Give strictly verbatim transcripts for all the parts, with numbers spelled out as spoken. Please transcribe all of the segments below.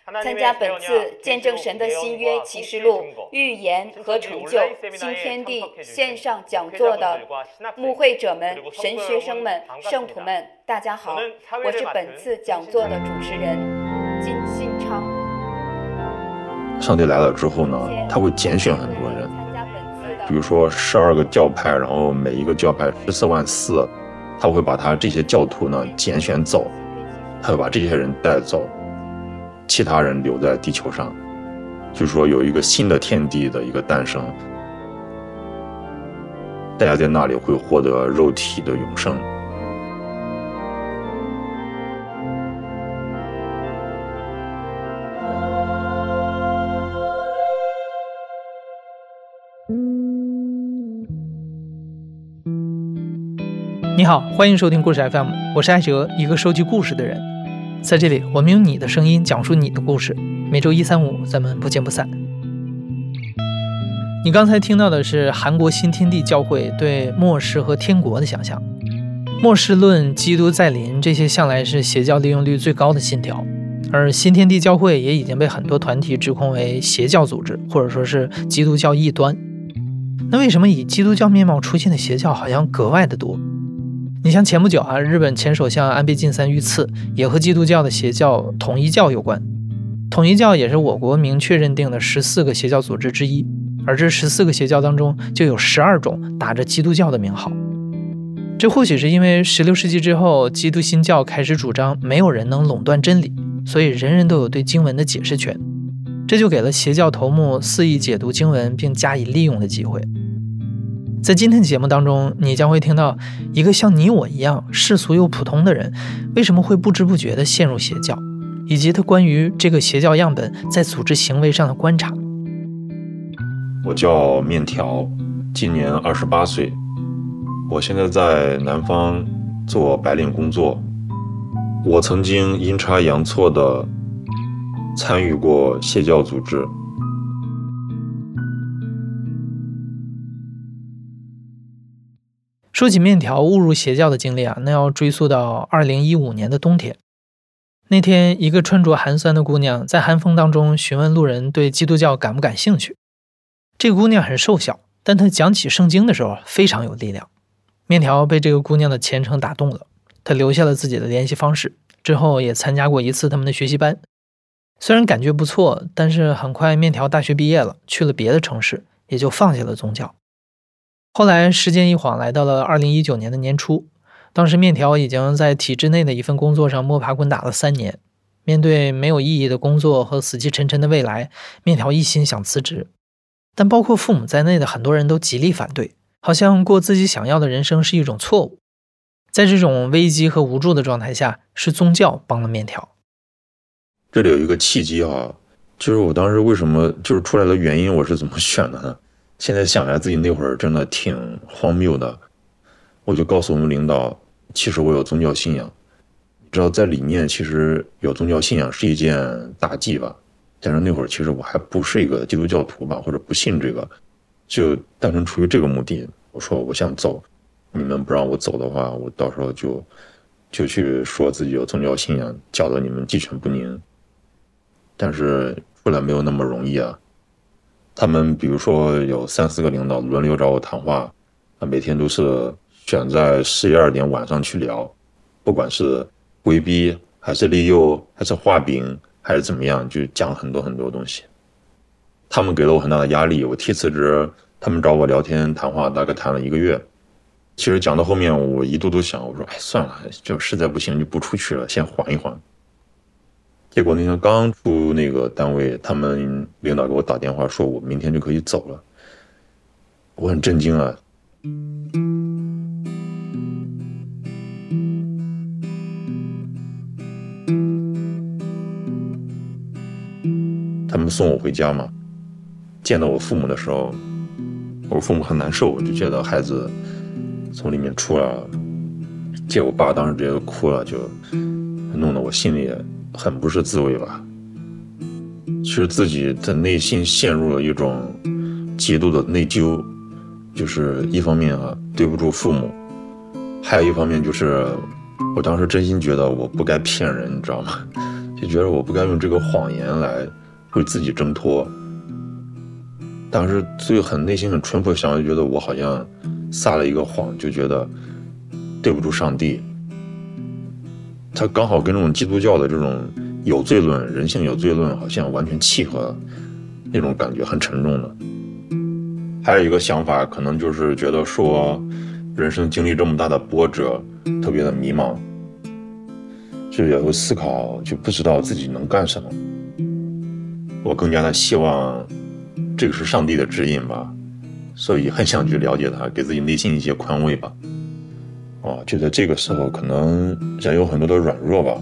参加本次见证神的新约启示录预言和成就新天地线上讲座的牧会者们、神学生们、圣徒们，大家好，我是本次讲座的主持人金新昌。 上帝来了之后呢，他会拣选很多人，比如说十二个教派，然后每一个教派十四万四，他会把他这些教徒呢拣选走，他会把这些人带走，其他人留在地球上，就是说有一个新的天地的一个诞生，大家在那里会获得肉体的永生。 你好，欢迎收听故事 F M， 我是艾哲，一个收集故事的人。在这里，我们用你的声音讲述你的故事。每周一、三、五，咱们不见不散。你刚才听到的是韩国新天地教会对末世和天国的想象。末世论、基督再临，这些向来是邪教利用率最高的信条，而新天地教会也已经被很多团体指控为邪教组织，或者说是基督教异端。那为什么以基督教面貌出现的邪教好像格外的多？你像前不久啊，日本前首相安倍晋三遇刺，也和基督教的邪教统一教有关。统一教也是我国明确认定的十四个邪教组织之一，而这十四个邪教当中就有十二种打着基督教的名号。这或许是因为十六世纪之后，基督新教开始主张没有人能垄断真理，所以人人都有对经文的解释权，这就给了邪教头目肆意解读经文并加以利用的机会。在今天的节目当中，你将会听到一个像你我一样世俗又普通的人为什么会不知不觉地陷入邪教，以及他关于这个邪教样本在组织行为上的观察。 我叫面条，今年二十八岁，我现在在南方做白领工作。我曾经阴差阳错地参与过邪教组织。 说起面条误入邪教的经历啊，那要追溯到二零一五年的冬天。那天，一个穿着寒酸的姑娘在寒风当中询问路人对基督教感不感兴趣。这个姑娘很瘦小，但她讲起圣经的时候非常有力量。面条被这个姑娘的虔诚打动了，她留下了自己的联系方式，之后也参加过一次他们的学习班。虽然感觉不错，但是很快面条大学毕业了，去了别的城市，也就放下了宗教。后来时间一晃来到了二零一九年的年初，当时面条已经在体制内的一份工作上摸爬滚打了三年，面对没有意义的工作和死气沉沉的未来，面条一心想辞职。但包括父母在内的很多人都极力反对，好像过自己想要的人生是一种错误。在这种危机和无助的状态下，是宗教帮了面条。 这里有一个契机啊，就是我当时为什么就是出来的原因我是怎么选的呢？现在想来自己那会儿真的挺荒谬的。我就告诉我们领导，其实我有宗教信仰，知道在里面其实有宗教信仰是一件大忌吧，但是那会儿其实我还不是一个基督教徒吧，或者不信这个，就单纯出于这个目的，我说我想走，你们不让我走的话，我到时候就就去说自己有宗教信仰，搅得你们鸡犬不宁。但是出来没有那么容易啊。他们比如说有三四个领导轮流找我谈话，每天都是选在十一二点晚上去聊，不管是规避还是利诱还是画饼还是怎么样，就讲很多很多东西。他们给了我很大的压力，我提辞职，他们找我聊天谈话，大概谈了一个月。其实讲到后面我一度都想，我说哎算了，就实在不行就不出去了，先缓一缓。结果那天刚出那个单位，他们领导给我打电话说我明天就可以走了，我很震惊啊。他们送我回家嘛，见到我父母的时候，我父母很难受，我就觉得孩子从里面出来了，见我爸当时直接哭了，就弄得我心里很不是滋味吧。其实自己的内心陷入了一种极度的内疚，就是一方面啊对不住父母，还有一方面就是我当时真心觉得我不该骗人，你知道吗？ 就觉得我不该用这个谎言来为自己挣脱。当时最很内心很淳朴的想法，就觉得我好像撒了一个谎，就觉得对不住上帝。他刚好跟这种基督教的这种有罪论、人性有罪论好像完全契合，那种感觉很沉重的。还有一个想法，可能就是觉得说人生经历这么大的波折，特别的迷茫，就也会思考，就不知道自己能干什么。我更加的希望这个是上帝的指引吧，所以很想去了解他，给自己内心一些宽慰吧。哦，就在这个时候，可能人有很多的软弱吧。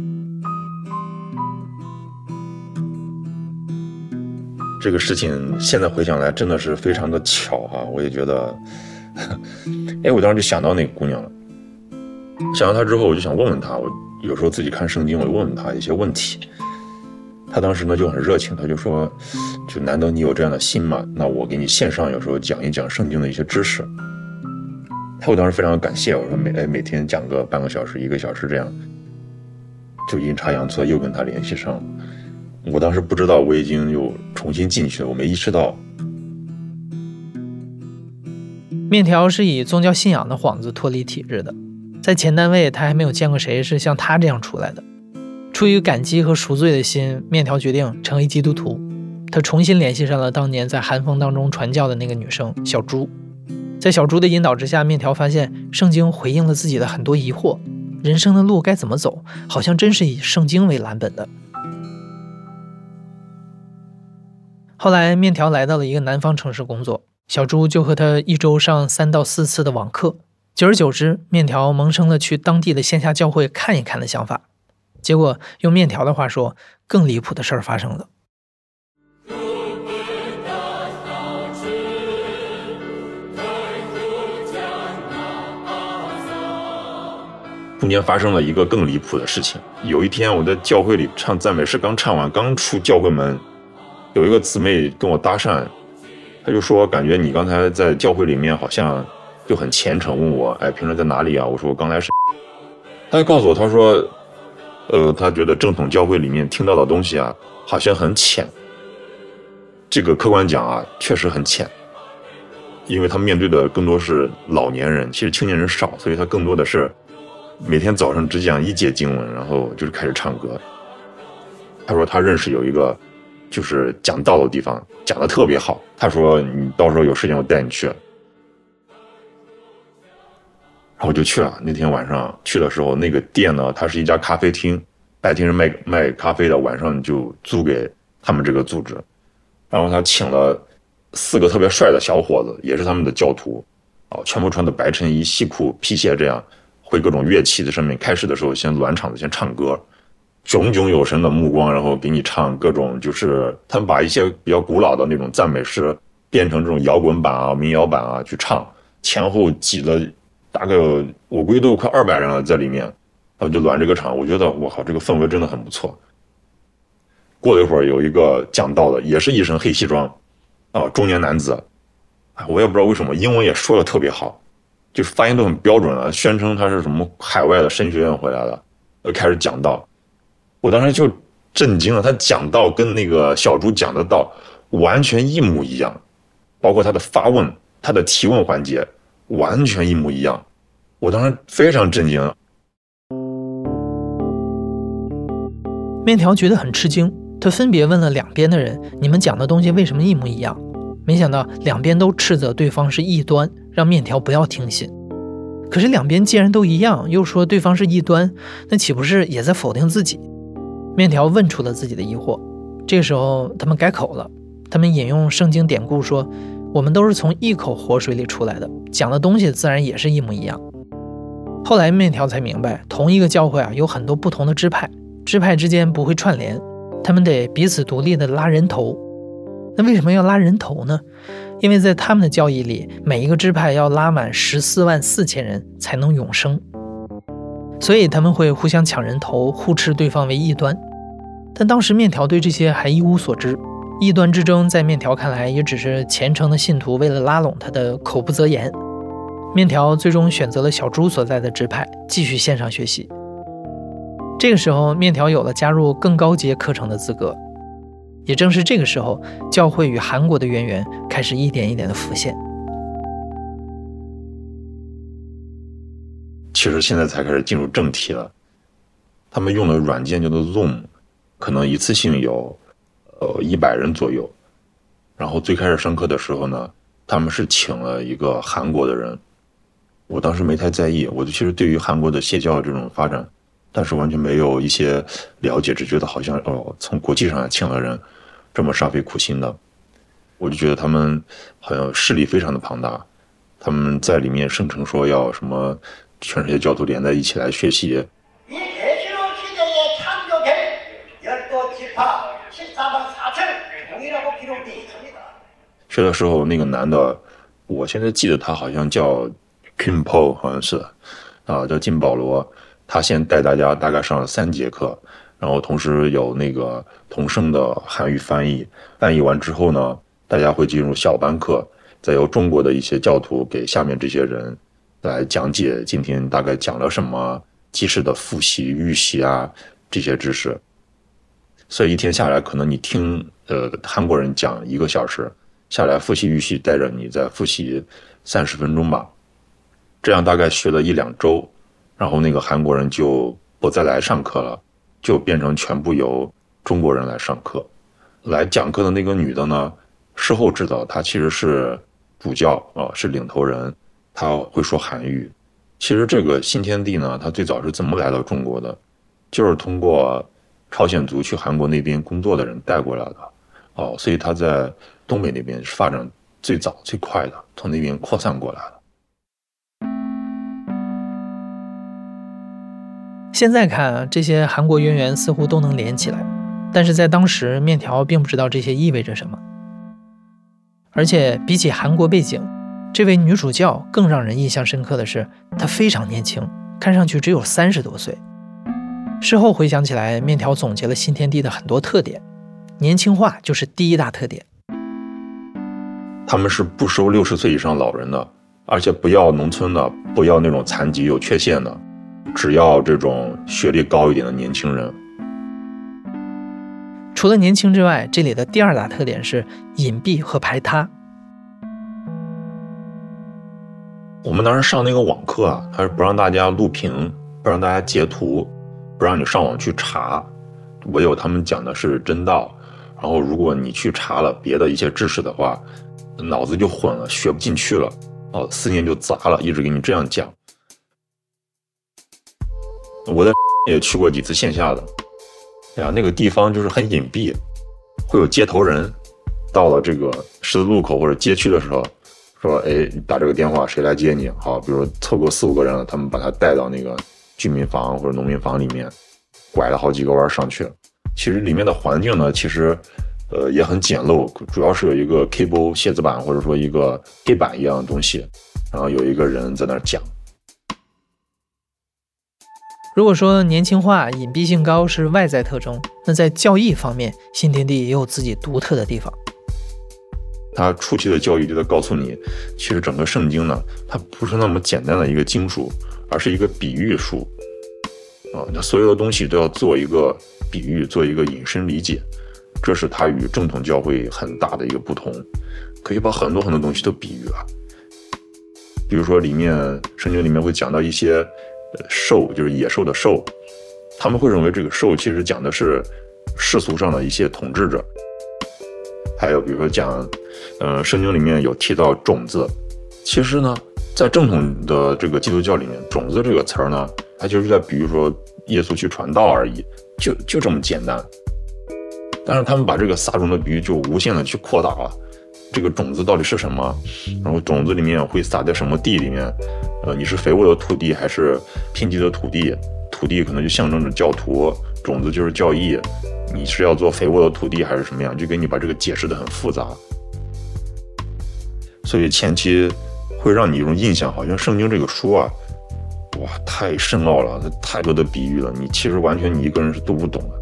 这个事情现在回想来真的是非常的巧哈、啊，我也觉得，哎，我当时就想到那个姑娘了。想到她之后，我就想问问她，我有时候自己看圣经，我就问问她一些问题。她当时呢就很热情，她就说，就难得你有这样的心嘛，那我给你线上有时候讲一讲圣经的一些知识。我当时非常感谢，我说每哎每天讲个半个小时、一个小时这样，就阴差阳错又跟她联系上了。我当时不知道我已经又重新进去了，我没意识到。 面条是以宗教信仰的幌子脱离体制的，在前单位他还没有见过谁是像他这样出来的。出于感激和赎罪的心，面条决定成为基督徒。他重新联系上了当年在寒风当中传教的那个女生小朱。在小朱的引导之下，面条发现圣经回应了自己的很多疑惑，人生的路该怎么走，好像真是以圣经为蓝本的。后来面条来到了一个南方城市工作，小朱就和他一周上三到四次的网课。久而久之，面条萌生了去当地的线下教会看一看的想法。结果用面条的话说，更离谱的事儿发生了。 中间发生了一个更离谱的事情。有一天我在教会里唱赞美诗，刚唱完，刚出教会门，有一个姊妹跟我搭讪，她就说感觉你刚才在教会里面好像就很虔诚，问我哎平时在哪里啊？我说我刚才是，她就告诉我，她说呃她觉得正统教会里面听到的东西啊好像很浅。这个客观讲啊确实很浅，因为她面对的更多是老年人，其实青年人少，所以她更多的是每天早上只讲一节经文，然后就是开始唱歌。他说他认识有一个就是讲道的地方，讲得特别好，他说你到时候有时间我带你去。然后我就去了。那天晚上去的时候，那个店呢它是一家咖啡厅，白天是卖卖咖啡的，晚上就租给他们这个组织。然后他请了四个特别帅的小伙子，也是他们的教徒啊，全部穿的白衬衣、西裤、皮鞋，这样会各种乐器在上面。开始的时候先暖场子，先唱歌，炯炯有神的目光，然后给你唱各种，就是他们把一些比较古老的那种赞美诗变成这种摇滚版啊、民谣版啊去唱，前后挤了大概有我估计都有快二百人了在里面，然后就暖这个场。我觉得我靠，这个氛围真的很不错。过了一会儿，有一个讲道的，也是一身黑西装啊，中年男子，我也不知道为什么英文也说的特别好，就是发音都很标准了，宣称他是什么海外的神学院回来的，就开始讲道。我当时就震惊了，他讲道跟那个小猪讲的道完全一模一样，包括他的发问、他的提问环节完全一模一样，我当时非常震惊。 面条觉得很吃惊，他分别问了两边的人，你们讲的东西为什么一模一样？没想到两边都斥责对方是异端，让面条不要听信。可是两边既然都一样，又说对方是异端，那岂不是也在否定自己？面条问出了自己的疑惑。这个时候他们改口了，他们引用圣经典故说，我们都是从一口活水里出来的，讲的东西自然也是一模一样。后来面条才明白，同一个教会啊有很多不同的支派，支派之间不会串联，他们得彼此独立的拉人头。那为什么要拉人头呢？因为在他们的教义里，每一个支派要拉满十四万四千人才能永生，所以他们会互相抢人头，互斥对方为异端。但当时面条对这些还一无所知，异端之争在面条看来也只是虔诚的信徒为了拉拢他的口不择言。面条最终选择了小猪所在的支派，继续线上学习。 这个时候，面条有了加入更高阶课程的资格。也正是这个时候，教会与韩国的渊源开始一点一点的浮现。 其实现在才开始进入正题了。他们用的软件叫做 Zoom， 可能一次性有呃一百人左右。然后最开始上课的时候呢，他们是请了一个韩国的人。我当时没太在意，我其实对于韩国的邪教这种发展，但是完全没有一些了解，只觉得好像哦，从国际上来请了人，这么煞费苦心的，我就觉得他们好像势力非常的庞大，他们在里面声称说要什么全世界教徒连在一起来学习。学的时候，那个男的，我现在记得他好像叫 Kim Po， 好像是啊，叫金保罗。他先带大家大概上了三节课，然后同时有那个同声的韩语翻译，翻译完之后呢，大家会进入小班课，再由中国的一些教徒给下面这些人来讲解今天大概讲了什么，及时的复习预习啊这些知识。所以一天下来，可能你听呃韩国人讲一个小时，下来复习预习带着你再复习三十分钟吧，这样大概学了一两周。然后那个韩国人就不再来上课了，就变成全部由中国人来上课。来讲课的那个女的呢，事后知道她其实是主教啊、呃，是领头人，她会说韩语。其实这个新天地呢，它最早是怎么来到中国的？就是通过朝鲜族去韩国那边工作的人带过来的哦，所以它在东北那边是发展最早最快的，从那边扩散过来的。 现在看啊，这些韩国渊源似乎都能连起来，但是在当时，面条并不知道这些意味着什么。而且比起韩国背景，这位女主教更让人印象深刻的是，她非常年轻，看上去只有三十多岁。事后回想起来，面条总结了新天地的很多特点，年轻化就是第一大特点。 他们是不收六十岁以上老人的，而且不要农村的，不要那种残疾有缺陷的，只要这种学历高一点的年轻人。 除了年轻之外，这里的第二大特点是隐蔽和排他。 我们当时上那个网课啊，他是不让大家录屏，不让大家截图，不让你上网去查，唯有他们讲的是真道。然后如果你去查了别的一些知识的话，脑子就混了，学不进去了，哦，四年就砸了，一直给你这样讲。我在也去过几次线下的，哎呀，那个地方就是很隐蔽，会有接头人到了这个十字路口或者街区的时候，说，哎，你打这个电话，谁来接你？好，比如说凑够四五个人了，他们把他带到那个居民房或者农民房里面，拐了好几个弯上去。其实里面的环境呢，其实呃也很简陋，主要是有一个 cable 写字板或者说一个黑板一样的东西，然后有一个人在那儿讲。 如果说年轻化、隐蔽性高是外在特征，那在教义方面，新天地也有自己独特的地方。 他初期的教育就在告诉你，其实整个圣经呢，它不是那么简单的一个经书，而是一个比喻书啊，那所有的东西都要做一个比喻，做一个引申理解，这是它与正统教会很大的一个不同，可以把很多很多东西都比喻了。比如说里面圣经里面会讲到一些兽，就是野兽的兽，他们会认为这个兽其实讲的是世俗上的一些统治者。还有比如说讲呃，圣经里面有提到种子，其实呢在正统的这个基督教里面，种子这个词儿呢，它就是在比喻说耶稣去传道而已，就就这么简单。但是他们把这个撒种的比喻就无限的去扩大了，这个种子到底是什么，然后种子里面会撒在什么地里面，呃，你是肥沃的土地还是贫瘠的土地，土地可能就象征着教徒，种子就是教义，你是要做肥沃的土地还是什么样，就给你把这个解释得很复杂。所以前期会让你一种印象，好像圣经这个书啊，哇，太深奥了，太多的比喻了，你其实完全你一个人是读不懂的。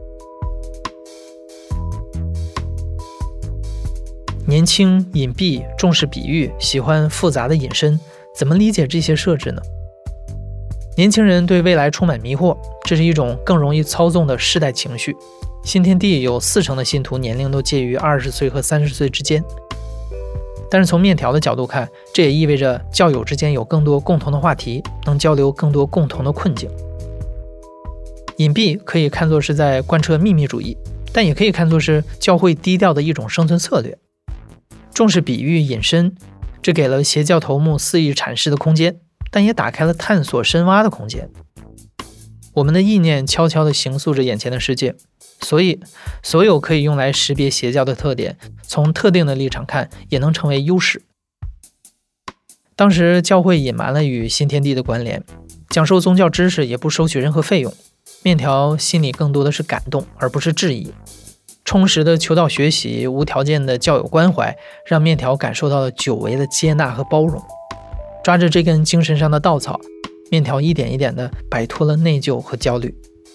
年轻、隐蔽、重视比喻，喜欢复杂的引申，怎么理解这些设置呢？ 年轻人对未来充满迷惑，这是一种更容易操纵的世代情绪。新天地有四成的信徒年龄都介于二十岁和三十岁之间。但是从面条的角度看，这也意味着教友之间有更多共同的话题，能交流更多共同的困境。隐蔽可以看作是在贯彻秘密主义，但也可以看作是教会低调的一种生存策略。重视比喻引申，这给了邪教头目肆意阐释的空间，但也打开了探索深挖的空间。我们的意念悄悄地形塑着眼前的世界，所以所有可以用来识别邪教的特点，从特定的立场看也能成为优势。当时教会隐瞒了与新天地的关联，讲授宗教知识也不收取任何费用。面条心里更多的是感动，而不是质疑。充实的求道学习，无条件的教友关怀，让面条感受到了久违的接纳和包容。抓着这根精神上的稻草，面条一点一点地摆脱了内疚和焦虑。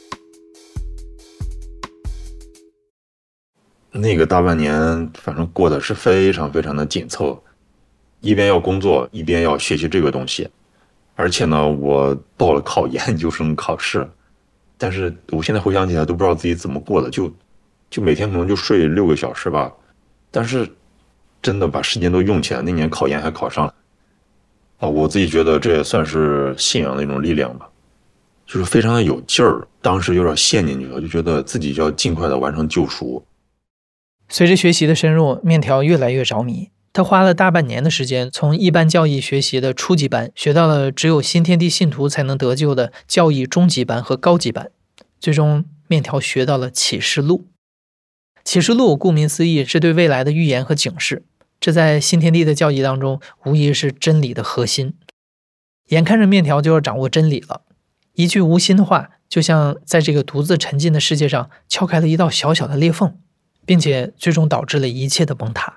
那个大半年反正过得是非常非常的紧凑，一边要工作，一边要学习这个东西。而且呢，我报了考研究生考试，但是我现在回想起来都不知道自己怎么过的，就就每天可能就睡六个小时吧，但是真的把时间都用起来，那年考研还考上了。啊，我自己觉得这也算是信仰的一种力量吧，就是非常的有劲儿，当时有点陷进去了，就觉得自己就要尽快的完成救赎。 随着学习的深入，面条越来越着迷。他花了大半年的时间，从一般教义学习的初级班，学到了只有新天地信徒才能得救的教义中级班和高级班。最终，面条学到了启示录。启示录顾名思义是对未来的预言和警示，这在新天地的教义当中无疑是真理的核心。眼看着面条就要掌握真理了，一句无心的话就像在这个独自沉浸的世界上敲开了一道小小的裂缝，并且最终导致了一切的崩塌。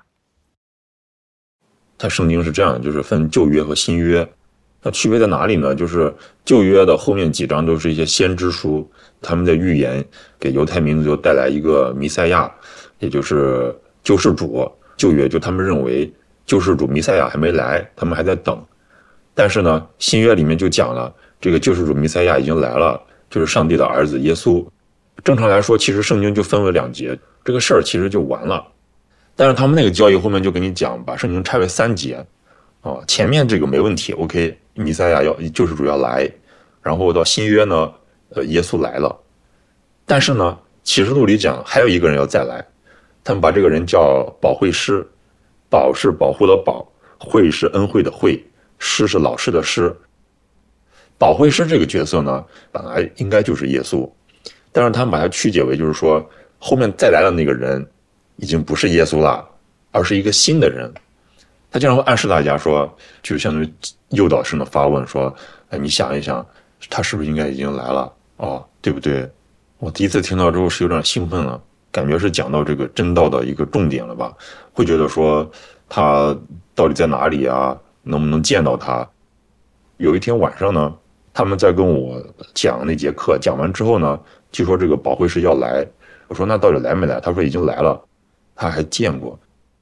它圣经是这样的，就是分旧约和新约。那区别在哪里呢？就是旧约的后面几章都是一些先知书，他们在预言给犹太民族就带来一个弥赛亚，也就是救世主。旧约就他们认为救世主弥赛亚还没来，他们还在等。但是呢，新约里面就讲了，这个救世主弥赛亚已经来了，就是上帝的儿子耶稣。正常来说，其实圣经就分为两节，这个事儿其实就完了。但是他们那个教义后面就跟你讲，把圣经拆为三节，啊，前面这个没问题 ，OK， 弥赛亚要救世主要来，然后到新约呢，呃，耶稣来了。但是呢，启示录里讲还有一个人要再来，他们把这个人叫保惠师，保是保护的保，惠是恩惠的惠，师是老师的师。保惠师这个角色呢，本来应该就是耶稣，但是他们把它曲解为就是说，后面再来的那个人已经不是耶稣了，而是一个新的人。他经常会暗示大家说，就相当于诱导式的发问说，哎，你想一想，他是不是应该已经来了？哦，对不对？我第一次听到之后是有点兴奋了，感觉是讲到这个真道的一个重点了吧，会觉得说他到底在哪里啊？能不能见到他？有一天晚上呢，他们在跟我讲那节课，讲完之后呢，就说这个保惠师要来。我说那到底来没来？他说已经来了，他还见过。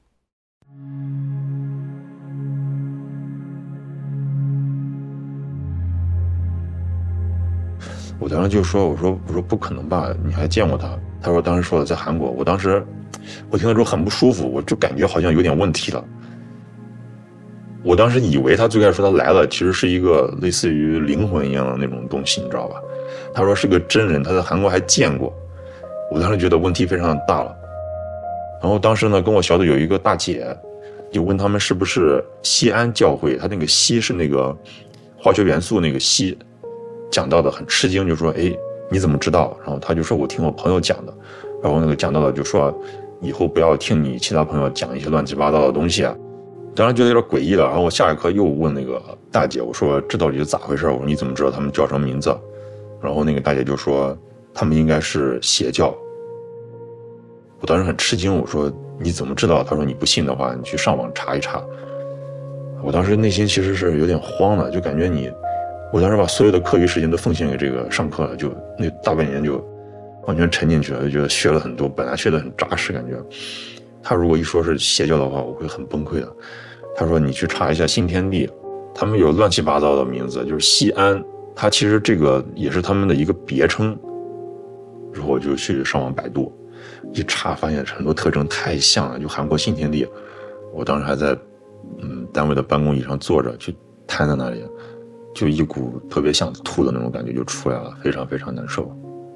我当时就说，我说我说不可能吧，你还见过他？他说当时说的在韩国。我当时我听了之后很不舒服，我就感觉好像有点问题了。我当时以为他最开始说他来了，其实是一个类似于灵魂一样的那种东西，你知道吧？他说是个真人，他在韩国还见过。我当时觉得问题非常的大了。然后当时呢，跟我小组有一个大姐，就问他们是不是西安教会，他那个西是那个化学元素那个西，讲到的很吃惊，就说哎你怎么知道？然后他就说我听我朋友讲的。然后那个讲到的就说以后不要听你其他朋友讲一些乱七八糟的东西啊。当时觉得有点诡异了。然后我下一课又问那个大姐，我说这到底是咋回事？我说你怎么知道他们叫什么名字？然后那个大姐就说他们应该是邪教。我当时很吃惊，我说你怎么知道？他说你不信的话，你去上网查一查。我当时内心其实是有点慌的，就感觉你，我当时把所有的课余时间都奉献给这个上课了，就那大半年就完全沉进去了，就觉得学了很多，本来学得很扎实，感觉他如果一说是邪教的话，我会很崩溃的。他说你去查一下新天地，他们有乱七八糟的名字，就是西安它其实这个也是他们的一个别称。之后我就去上网百度一查，发现很多特征太像了，就韩国新天地。我当时还在嗯单位的办公椅上坐着，就瘫在那里，就一股特别想吐的那种感觉就出来了，非常非常难受。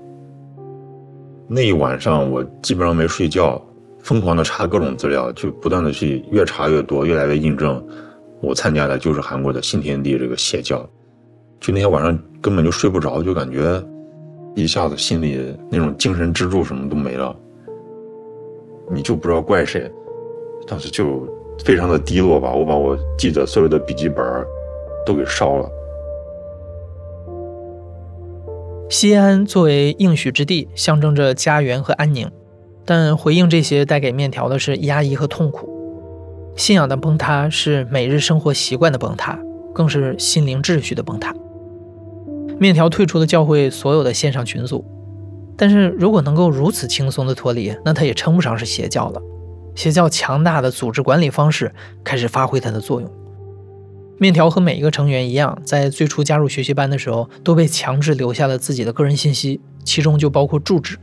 那一晚上我基本上没睡觉，疯狂的查各种资料，就不断的去越查越多，越来越印证我参加的就是韩国的新天地这个邪教。就那天晚上根本就睡不着，就感觉一下子心里那种精神支柱什么都没了，你就不知道怪谁。当时就非常的低落吧，我把我记得所有的笔记本都给烧了。 西安作为应许之地，象征着家园和安宁，但回应这些带给面条的是压抑和痛苦。信仰的崩塌是每日生活习惯的崩塌，更是心灵秩序的崩塌。面条退出了教会所有的线上群组，但是如果能够如此轻松的脱离，那它也称不上是邪教了。邪教强大的组织管理方式开始发挥它的作用。面条和每一个成员一样，在最初加入学习班的时候都被强制留下了自己的个人信息，其中就包括住址。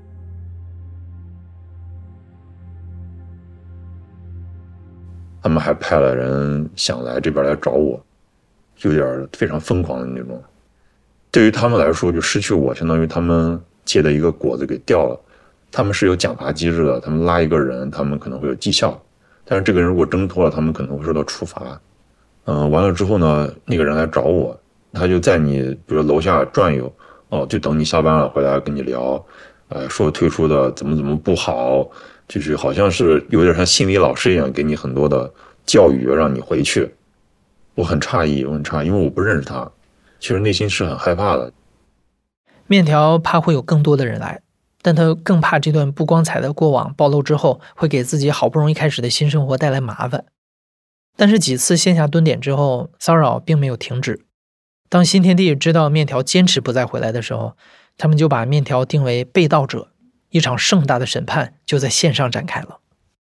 他们还派了人想来这边来找我，有点非常疯狂的那种。对于他们来说，就失去我相当于他们结的一个果子给掉了。他们是有奖罚机制的，他们拉一个人他们可能会有绩效，但是这个人如果挣脱了，他们可能会受到处罚。嗯，完了之后呢，那个人来找我，他就在你比如楼下转悠，哦，就等你下班了回来跟你聊，呃，说退出的怎么怎么不好，就是好像是有点像心理老师一样，给你很多的教育让你回去。我很诧异，我很诧异，因为我不认识他，其实内心是很害怕的。 面条怕会有更多的人来，但他更怕这段不光彩的过往暴露之后，会给自己好不容易开始的新生活带来麻烦。但是几次线下蹲点之后，骚扰并没有停止。当新天地知道面条坚持不再回来的时候，他们就把面条定为被盗者，一场盛大的审判就在线上展开了。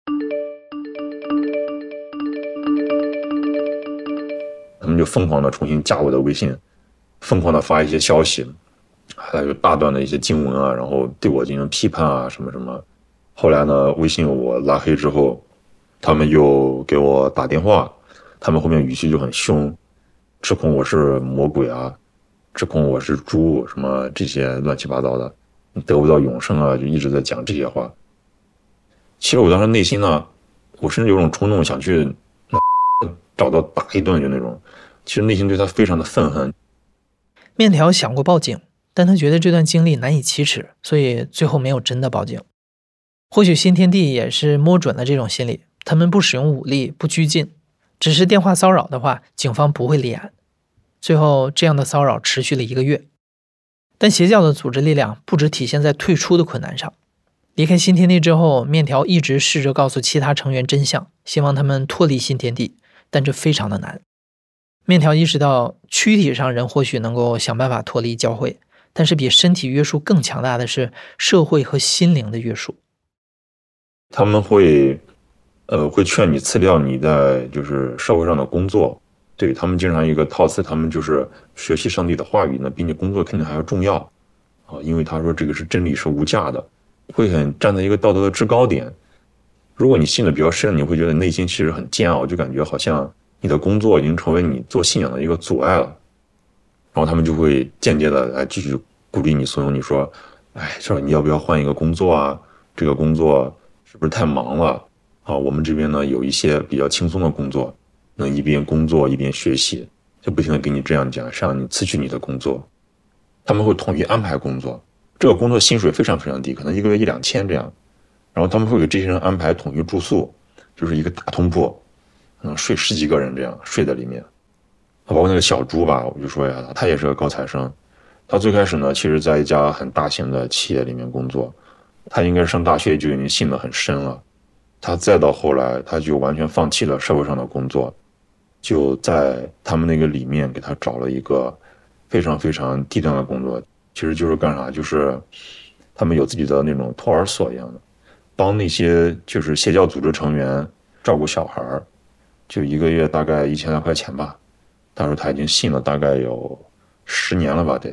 他们就疯狂的重新加我的微信，疯狂的发一些消息，还有大段的一些经文啊，然后对我进行批判啊什么什么。后来呢，微信我拉黑之后，他们又给我打电话，他们后面语气就很凶，指控我是魔鬼啊，指控我是猪，什么这些乱七八糟的，你得不到永生啊，就一直在讲这些话。其实我当时内心呢，我甚至有种冲动想去找到打一顿，就那种，其实内心对他非常的愤恨。 面条想过报警，但他觉得这段经历难以启齿，所以最后没有真的报警。或许新天地也是摸准了这种心理，他们不使用武力，不拘禁，只是电话骚扰的话，警方不会立案。最后这样的骚扰持续了一个月。但邪教的组织力量不只体现在退出的困难上。离开新天地之后，面条一直试着告诉其他成员真相，希望他们脱离新天地，但这非常的难。面条意识到躯体上人或许能够想办法脱离教会，但是比身体约束更强大的是社会和心灵的约束。 他们会呃会劝你辞掉你在就是社会上的工作，对他们经常一个套词，他们就是学习上帝的话语呢比你工作肯定还要重要啊，因为他说这个是真理是无价的，会很站在一个道德的制高点。如果你信的比较深，你会觉得内心其实很煎熬，就感觉好像你的工作已经成为你做信仰的一个阻碍了。然后他们就会间接的来继续鼓励你，怂恿你说，哎，说你要不要换一个工作啊？这个工作是不是太忙了啊？我们这边呢有一些比较轻松的工作，能一边工作一边学习，就不停的给你这样讲，让你辞去你的工作。他们会统一安排工作，这个工作薪水非常非常低，可能一个月一两千这样。然后他们会给这些人安排统一住宿，就是一个大通铺，嗯，睡十几个人这样睡在里面。包括那个小猪吧，我就说呀，他也是个高材生。他最开始呢，其实在一家很大型的企业里面工作，他应该上大学就已经信得很深了。他再到后来，他就完全放弃了社会上的工作，就在他们那个里面给他找了一个非常非常低端的工作，其实就是干啥，就是他们有自己的那种托儿所一样的，帮那些就是邪教组织成员照顾小孩，就一个月大概一千来块钱吧。他说他已经信了大概有十年了吧得。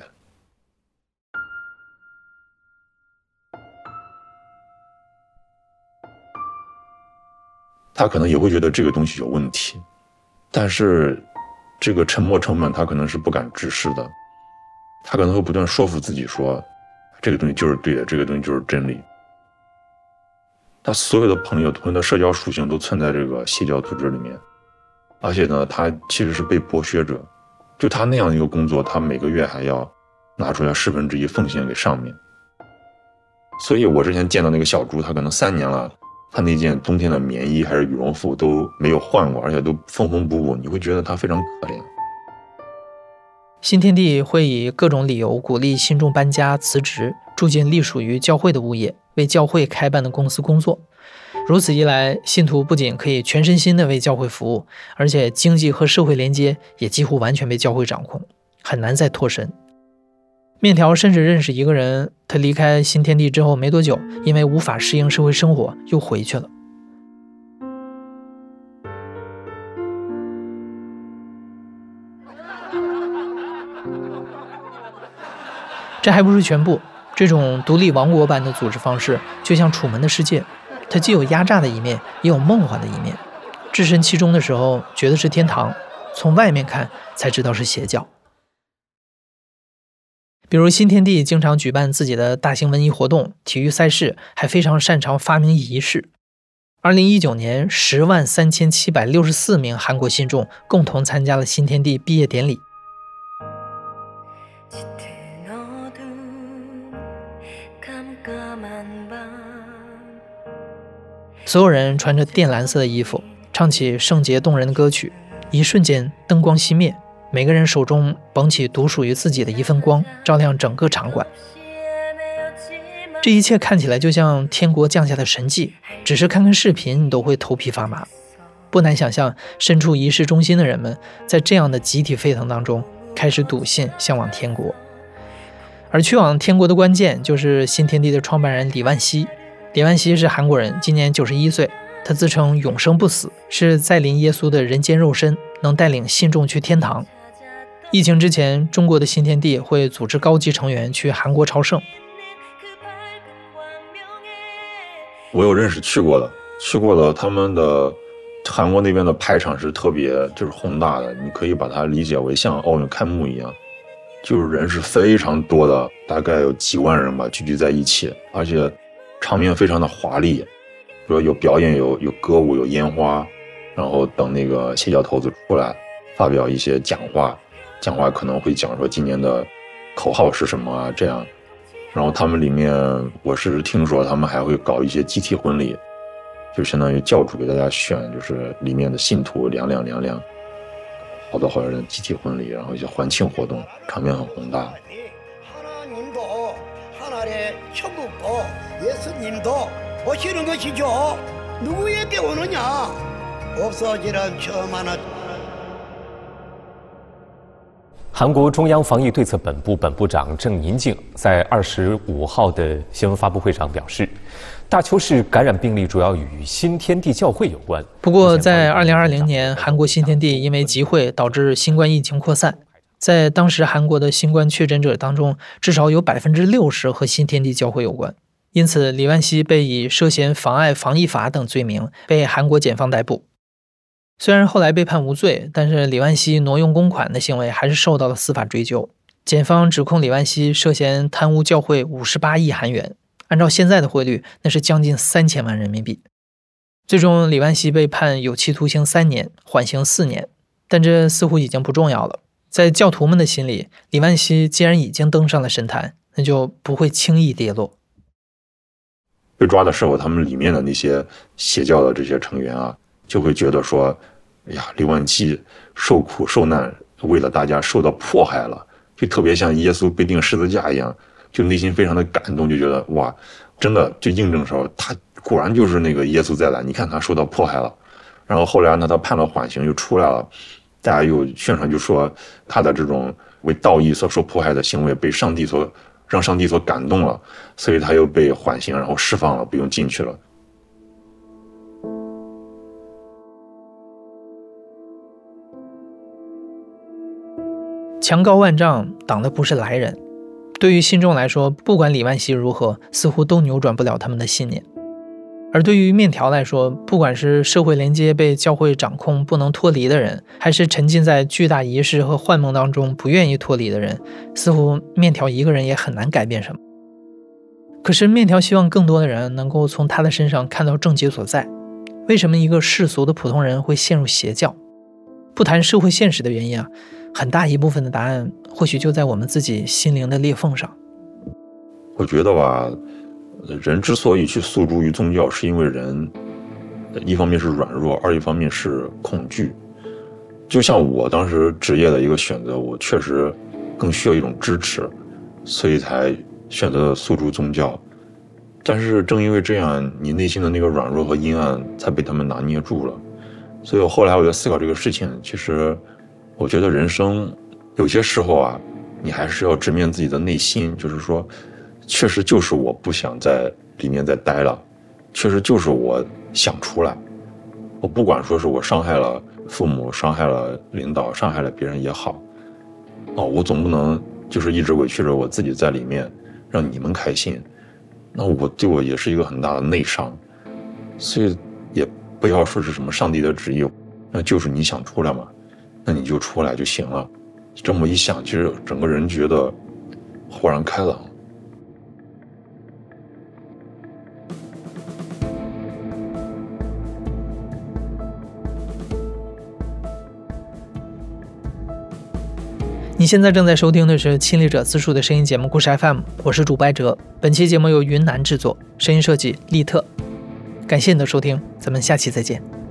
他可能也会觉得这个东西有问题，但是这个沉没成本他可能是不敢直视的，他可能会不断说服自己说这个东西就是对的，这个东西就是真理。他所有的朋友他们的社交属性都存在这个邪教组织里面，而且呢他其实是被剥削者，就他那样一个工作他每个月还要拿出来十分之一奉献给上面。所以我之前见到那个小猪，他可能三年了，他那件冬天的棉衣还是羽绒服都没有换过，而且都缝缝补补，你会觉得他非常可怜。 新天地会以各种理由鼓励信众搬家辞职，住进隶属于教会的物业，为教会开办的公司工作。如此一来，信徒不仅可以全身心地为教会服务，而且经济和社会连接也几乎完全被教会掌控，很难再脱身。面条甚至认识一个人，他离开新天地之后没多久，因为无法适应社会生活，又回去了。这还不是全部，这种独立王国般的组织方式，就像楚门的世界，它既有压榨的一面，也有梦幻的一面。置身其中的时候，觉得是天堂；从外面看，才知道是邪教。比如新天地经常举办自己的大型文艺活动、体育赛事，还非常擅长发明仪式。二零一九年，十万三千七百六十四名韩国信众共同参加了新天地毕业典礼。所有人穿着靛蓝色的衣服，唱起圣洁动人的歌曲。一瞬间，灯光熄灭，每个人手中捧起独属于自己的一份光，照亮整个场馆。这一切看起来就像天国降下的神迹，只是看看视频你都会头皮发麻。不难想象，身处仪式中心的人们在这样的集体沸腾当中，开始笃信向往天国。而去往天国的关键就是新天地的创办人李万熙。李万熙是韩国人，今年九十一岁，他自称永生不死，是再临耶稣的人间肉身，能带领信众去天堂。疫情之前，中国的新天地会组织高级成员去韩国朝圣。 我有认识去过的，去过了，他们的韩国那边的排场是特别就是宏大的，你可以把它理解为像奥运开幕一样，就是人是非常多的，大概有几万人吧聚集在一起，而且场面非常的华丽，比如有表演，有有歌舞，有烟花，然后等那个邪教头子出来发表一些讲话，讲话可能会讲说今年的口号是什么啊这样。然后他们里面我是听说他们还会搞一些集体婚礼，就相当于教主给大家选，就是里面的信徒两两两两好多好多人集体婚礼，然后一些欢庆活动，场面很宏大。 예수님도 보시는 것이죠. 누구에게 오느냐? 없어지는 처음 하나. 韩国中央防疫对策本部本部长郑银静在二十五号的新闻发布会上表示，大邱市感染病例主要与新天地教会有关。 不过，在二零二零年，韩国新天地因为集会导致新冠疫情扩散，在当时韩国的新冠确诊者当中，至少有百分之六十和新天地教会有关。因此，李万熙被以涉嫌妨碍防疫法等罪名被韩国检方逮捕。虽然后来被判无罪，但是李万熙挪用公款的行为还是受到了司法追究。检方指控李万熙涉嫌贪污教会五十八亿韩元，按照现在的汇率，那是将近三千万人民币。最终，李万熙被判有期徒刑三年，缓刑四年。但这似乎已经不重要了。在教徒们的心里，李万熙既然已经登上了神坛，那就不会轻易跌落。 被抓的时候，他们里面的那些邪教的这些成员啊，就会觉得说，哎呀，李万熙受苦受难，为了大家受到迫害了，就特别像耶稣被钉十字架一样，就内心非常的感动，就觉得哇，真的就印证说他果然就是那个耶稣再来，你看他受到迫害了。然后后来呢，他判了缓刑又出来了，大家又宣传就说他的这种为道义所受迫害的行为被上帝所让上帝所感动了，所以他又被缓刑，然后释放了，不用进去了。 墙高万丈，挡的不是来人。对于信众来说，不管李万熙如何，似乎都扭转不了他们的信念。而对于面条来说，不管是社会连接被教会掌控不能脱离的人，还是沉浸在巨大仪式和幻梦当中不愿意脱离的人，似乎面条一个人也很难改变什么。可是面条希望更多的人能够从他的身上看到症结所在。为什么一个世俗的普通人会陷入邪教？不谈社会现实的原因啊，很大一部分的答案或许就在我们自己心灵的裂缝上。 我觉得吧，人之所以去诉诸于宗教，是因为人一方面是软弱，二一方面是恐惧。就像我当时职业的一个选择，我确实更需要一种支持，所以才选择诉诸宗教。但是正因为这样，你内心的那个软弱和阴暗才被他们拿捏住了。所以我后来我在思考这个事情，其实我觉得人生有些时候啊，你还是要直面自己的内心，就是说确实就是我不想在里面再待了，确实就是我想出来。我不管说是我伤害了父母，伤害了领导，伤害了别人也好，哦，我总不能就是一直委屈着我自己在里面让你们开心，那我对我也是一个很大的内伤。所以也不要说是什么上帝的旨意，那就是你想出来嘛，那你就出来就行了。这么一想，其实整个人觉得豁然开朗。 你现在正在收听的是亲历者自述的声音节目故事 F M， 我是主播哲。本期节目由云南制作，声音设计利特。感谢你的收听，咱们下期再见。